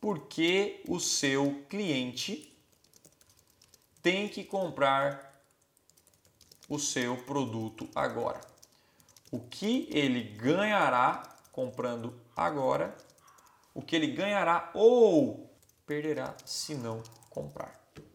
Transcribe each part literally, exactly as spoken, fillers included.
porque o seu cliente tem que comprar o seu produto agora. O que ele ganhará comprando agora, o que ele ganhará ou perderá se não comprar.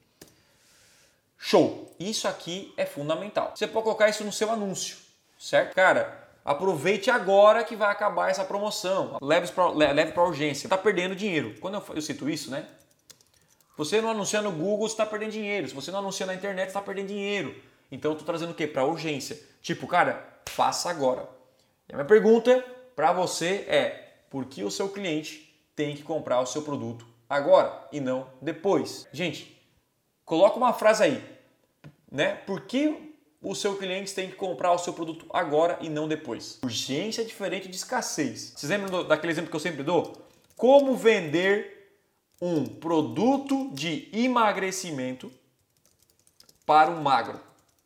Show! Isso aqui é fundamental. Você pode colocar isso no seu anúncio, certo? Cara, aproveite agora que vai acabar essa promoção. Leve para leve para urgência. Você está perdendo dinheiro. Quando eu, eu cito isso, né? Você não anuncia no Google, você está perdendo dinheiro. Se você não anuncia na internet, você está perdendo dinheiro. Então eu estou trazendo o quê? Para urgência. Tipo, cara, faça agora. E a minha pergunta para você é: por que o seu cliente tem que comprar o seu produto agora e não depois? Gente, coloca uma frase aí, né? Por que o seu cliente tem que comprar o seu produto agora e não depois? Urgência é diferente de escassez. Vocês lembram daquele exemplo que eu sempre dou? Como vender um produto de emagrecimento para um magro?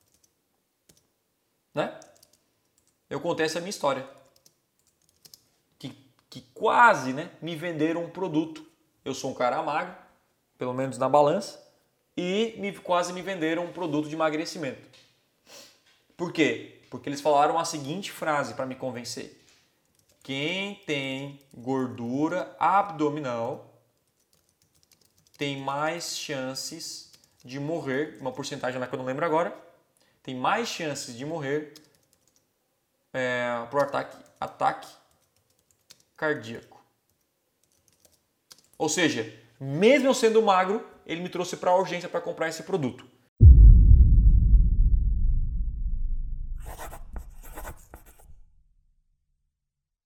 Né? Eu contei essa minha história. Que, que quase, né, me venderam um produto. Eu sou um cara magro, pelo menos na balança, e me, quase me venderam um produto de emagrecimento. Por quê? Porque eles falaram a seguinte frase para me convencer. Quem tem gordura abdominal tem mais chances de morrer, uma porcentagem lá que eu não lembro agora, tem mais chances de morrer é, por ataque, ataque cardíaco. Ou seja, mesmo eu sendo magro, ele me trouxe para a urgência para comprar esse produto.